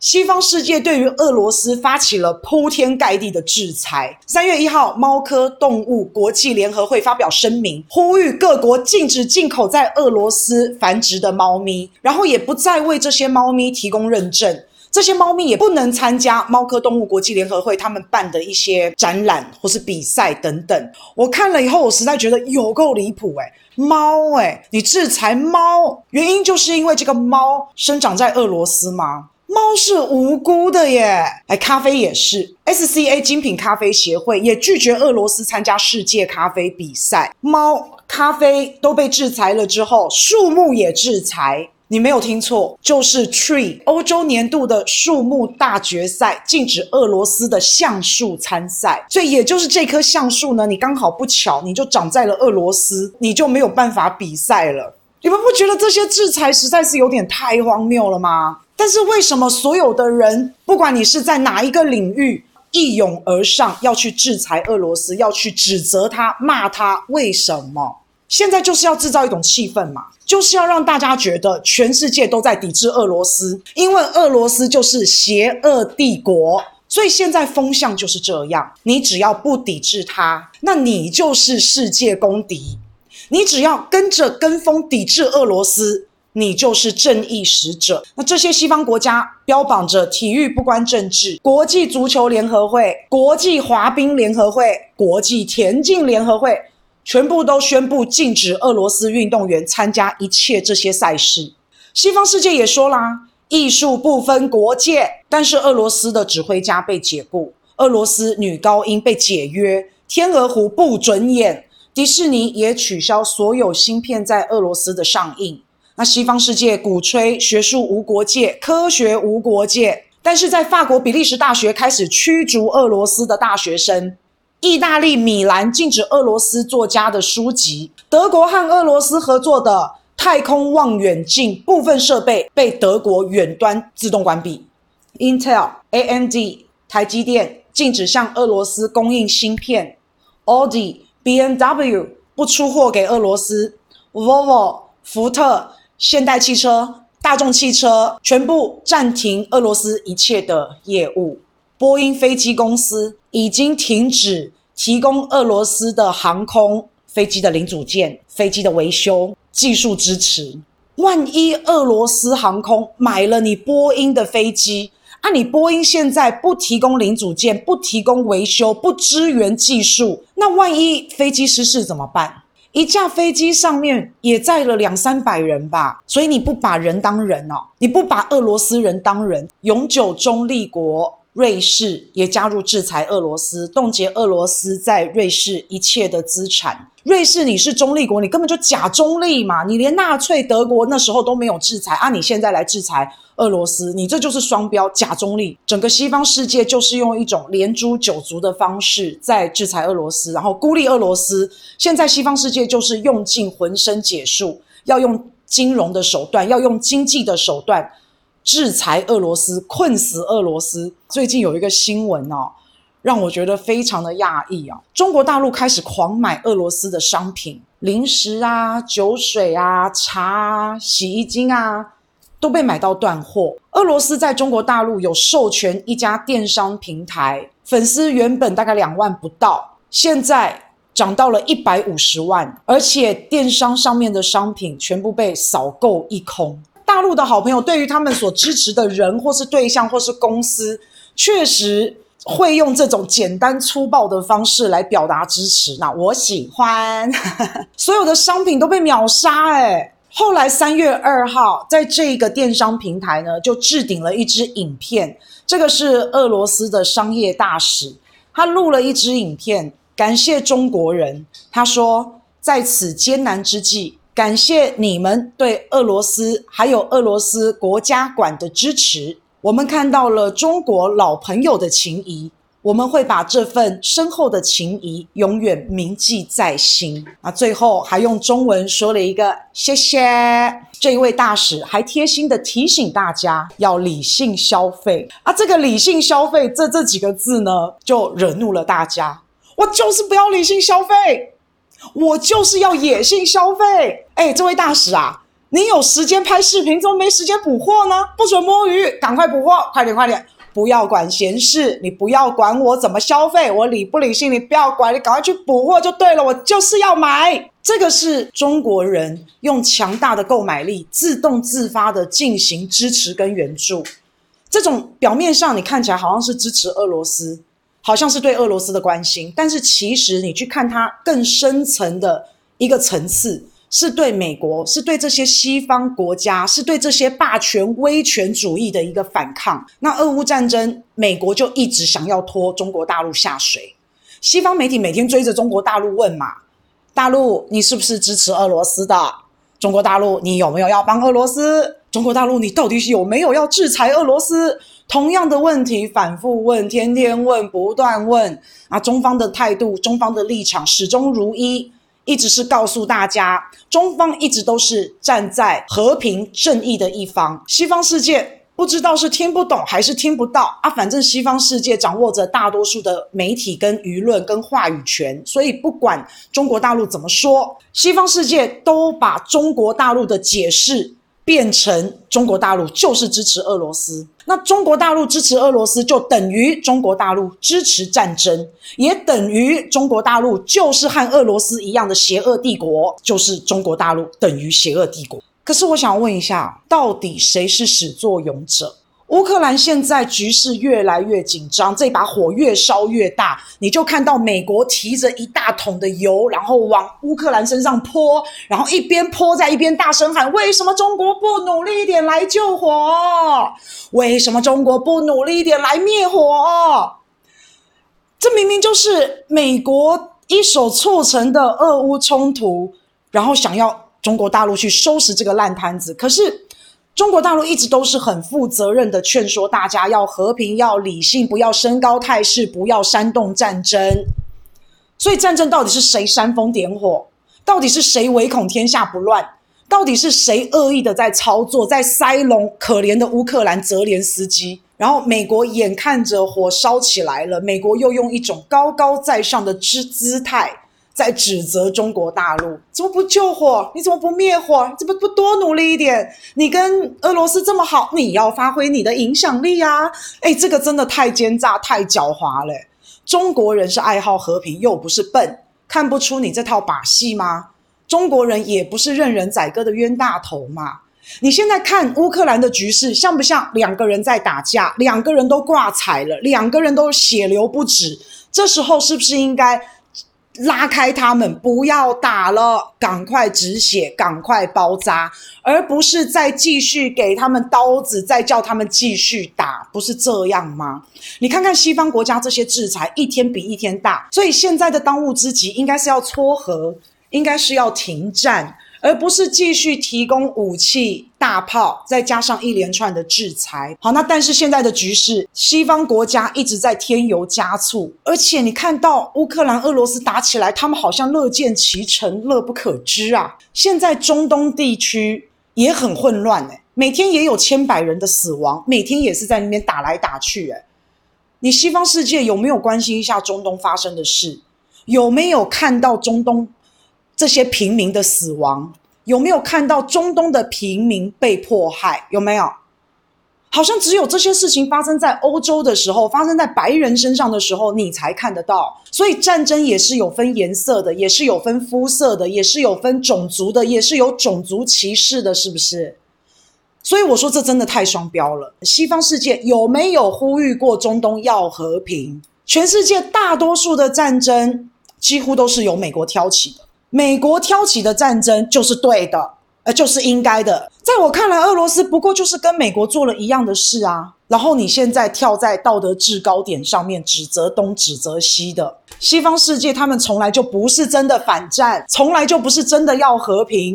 西方世界对于俄罗斯发起了铺天盖地的制裁。3月1号，猫科动物国际联合会发表声明，呼吁各国禁止进口在俄罗斯繁殖的猫咪，然后也不再为这些猫咪提供认证。这些猫咪也不能参加猫科动物国际联合会他们办的一些展览或是比赛等等。我看了以后，我实在觉得有够离谱猫你制裁猫，原因就是因为这个猫生长在俄罗斯吗？猫是无辜的耶。咖啡也是 SCA 精品咖啡协会也拒绝俄罗斯参加世界咖啡比赛。猫、咖啡都被制裁了之后，树木也制裁。你没有听错，就是 Tree 欧洲年度的树木大决赛禁止俄罗斯的橡树参赛，所以也就是这棵橡树呢，你刚好不巧你就长在了俄罗斯，你就没有办法比赛了。你们不觉得这些制裁实在是有点太荒谬了吗？但是为什么所有的人，不管你是在哪一个领域，一涌而上要去制裁俄罗斯，要去指责他、骂他？为什么？现在就是要制造一种气氛嘛，就是要让大家觉得全世界都在抵制俄罗斯，因为俄罗斯就是邪恶帝国。所以现在风向就是这样，你只要不抵制它，那你就是世界公敌。你只要跟风抵制俄罗斯，你就是正义使者。那这些西方国家标榜着体育不关政治，国际足球联合会、国际滑冰联合会、国际田径联合会全部都宣布禁止俄罗斯运动员参加一切这些赛事。西方世界也说啦，艺术不分国界，但是俄罗斯的指挥家被解雇，俄罗斯女高音被解约，天鹅湖不准演，迪士尼也取消所有新片在俄罗斯的上映。那西方世界鼓吹学术无国界，科学无国界，但是在法国比利时大学开始驱逐俄罗斯的大学生，意大利米兰禁止俄罗斯作家的书籍，德国和俄罗斯合作的太空望远镜部分设备被德国远端自动关闭。 Intel、AMD、台积电禁止向俄罗斯供应芯片， Audi、BMW 不出货给俄罗斯， Volvo、福特、现代汽车、大众汽车全部暂停俄罗斯一切的业务。波音飞机公司已经停止提供俄罗斯的航空飞机的零组件、飞机的维修、技术支持。万一俄罗斯航空买了你波音的飞机，你波音现在不提供零组件、不提供维修、不支援技术，那万一飞机失事怎么办？一架飞机上面也载了200-300人吧，所以你不把人当人你不把俄罗斯人当人。永久中立国瑞士也加入制裁俄罗斯，冻结俄罗斯在瑞士一切的资产。瑞士你是中立国，你根本就假中立嘛，你连纳粹德国那时候都没有制裁你现在来制裁俄罗斯，你这就是双标，假中立。整个西方世界就是用一种连诛九族的方式在制裁俄罗斯，然后孤立俄罗斯。现在西方世界就是用尽浑身解数，要用金融的手段，要用经济的手段制裁俄罗斯，困死俄罗斯。最近有一个新闻让我觉得非常的讶异中国大陆开始狂买俄罗斯的商品，零食酒水茶洗衣精都被买到断货。俄罗斯在中国大陆有授权一家电商平台，粉丝原本大概2万不到，现在涨到了150万，而且电商上面的商品全部被扫购一空。大陆的好朋友对于他们所支持的人或是对象或是公司，确实会用这种简单粗暴的方式来表达支持，那我喜欢所有的商品都被秒杀后来3月2号在这个电商平台呢，就置顶了一支影片，这个是俄罗斯的商业大使，他录了一支影片，感谢中国人。他说，在此艰难之际，感谢你们对俄罗斯还有俄罗斯国家馆的支持，我们看到了中国老朋友的情谊，我们会把这份深厚的情谊永远铭记在心。最后还用中文说了一个谢谢。这一位大使还贴心的提醒大家要理性消费这个理性消费这几个字呢，就惹怒了大家。我就是不要理性消费，我就是要野性消费。这位大使你有时间拍视频，怎么没时间补货呢？不准摸鱼，赶快补货，快点快点！不要管闲事，你不要管我怎么消费，我理不理性你不要管，你赶快去补货就对了，我就是要买。这个是中国人用强大的购买力自动自发的进行支持跟援助。这种表面上你看起来好像是支持俄罗斯，好像是对俄罗斯的关心，但是其实你去看它更深层的一个层次，是对美国，是对这些西方国家，是对这些霸权威权主义的一个反抗。那俄乌战争，美国就一直想要拖中国大陆下水，西方媒体每天追着中国大陆问嘛，大陆你是不是支持俄罗斯的？中国大陆你有没有要帮俄罗斯？中国大陆你到底有没有要制裁俄罗斯？同样的问题反复问，天天问，不断问啊！中方的态度，中方的立场始终如一，一直是告诉大家，中方一直都是站在和平正义的一方。西方世界不知道是听不懂还是听不到啊，反正西方世界掌握着大多数的媒体跟舆论跟话语权，所以不管中国大陆怎么说，西方世界都把中国大陆的解释变成中国大陆就是支持俄罗斯。那中国大陆支持俄罗斯就等于中国大陆支持战争，也等于中国大陆就是和俄罗斯一样的邪恶帝国，就是中国大陆等于邪恶帝国。可是我想问一下，到底谁是始作俑者？乌克兰现在局势越来越紧张，这把火越烧越大，你就看到美国提着一大桶的油，然后往乌克兰身上泼，然后一边泼在一边大声喊，为什么中国不努力一点来救火？为什么中国不努力一点来灭火？这明明就是美国一手促成的俄乌冲突，然后想要中国大陆去收拾这个烂摊子。可是中国大陆一直都是很负责任的劝说大家要和平，要理性，不要升高态势，不要煽动战争。所以战争到底是谁煽风点火？到底是谁唯恐天下不乱？到底是谁恶意的在操作，在塞拢可怜的乌克兰泽连斯基？然后美国眼看着火烧起来了，美国又用一种高高在上的姿态在指责中国大陆，怎么不救火？你怎么不灭火？怎么不多努力一点？你跟俄罗斯这么好，你要发挥你的影响力啊！这个真的太奸诈太狡猾了。中国人是爱好和平又不是笨，看不出你这套把戏吗？中国人也不是任人宰割的冤大头嘛。你现在看乌克兰的局势，像不像两个人在打架，两个人都挂彩了，两个人都血流不止？这时候是不是应该拉开他们，不要打了，赶快止血，赶快包扎，而不是再继续给他们刀子，再叫他们继续打，不是这样吗？你看看西方国家这些制裁一天比一天大，所以现在的当务之急应该是要撮合，应该是要停战，而不是继续提供武器大炮，再加上一连串的制裁。好，那但是现在的局势，西方国家一直在添油加醋，而且你看到乌克兰俄罗斯打起来，他们好像乐见其成，乐不可支啊。现在中东地区也很混乱，每天也有千百人的死亡，每天也是在那边打来打去。你西方世界有没有关心一下中东发生的事？有没有看到中东这些平民的死亡？有没有看到中东的平民被迫害？有没有？好像只有这些事情发生在欧洲的时候，发生在白人身上的时候，你才看得到。所以战争也是有分颜色的，也是有分肤色的，也是有分种族的，也是有种族歧视的，是不是？所以我说这真的太双标了。西方世界有没有呼吁过中东要和平？全世界大多数的战争几乎都是由美国挑起的，美国挑起的战争就是对的，就是应该的。在我看来，俄罗斯不过就是跟美国做了一样的事啊。然后你现在跳在道德制高点上面指责东指责西的，西方世界他们从来就不是真的反战，从来就不是真的要和平。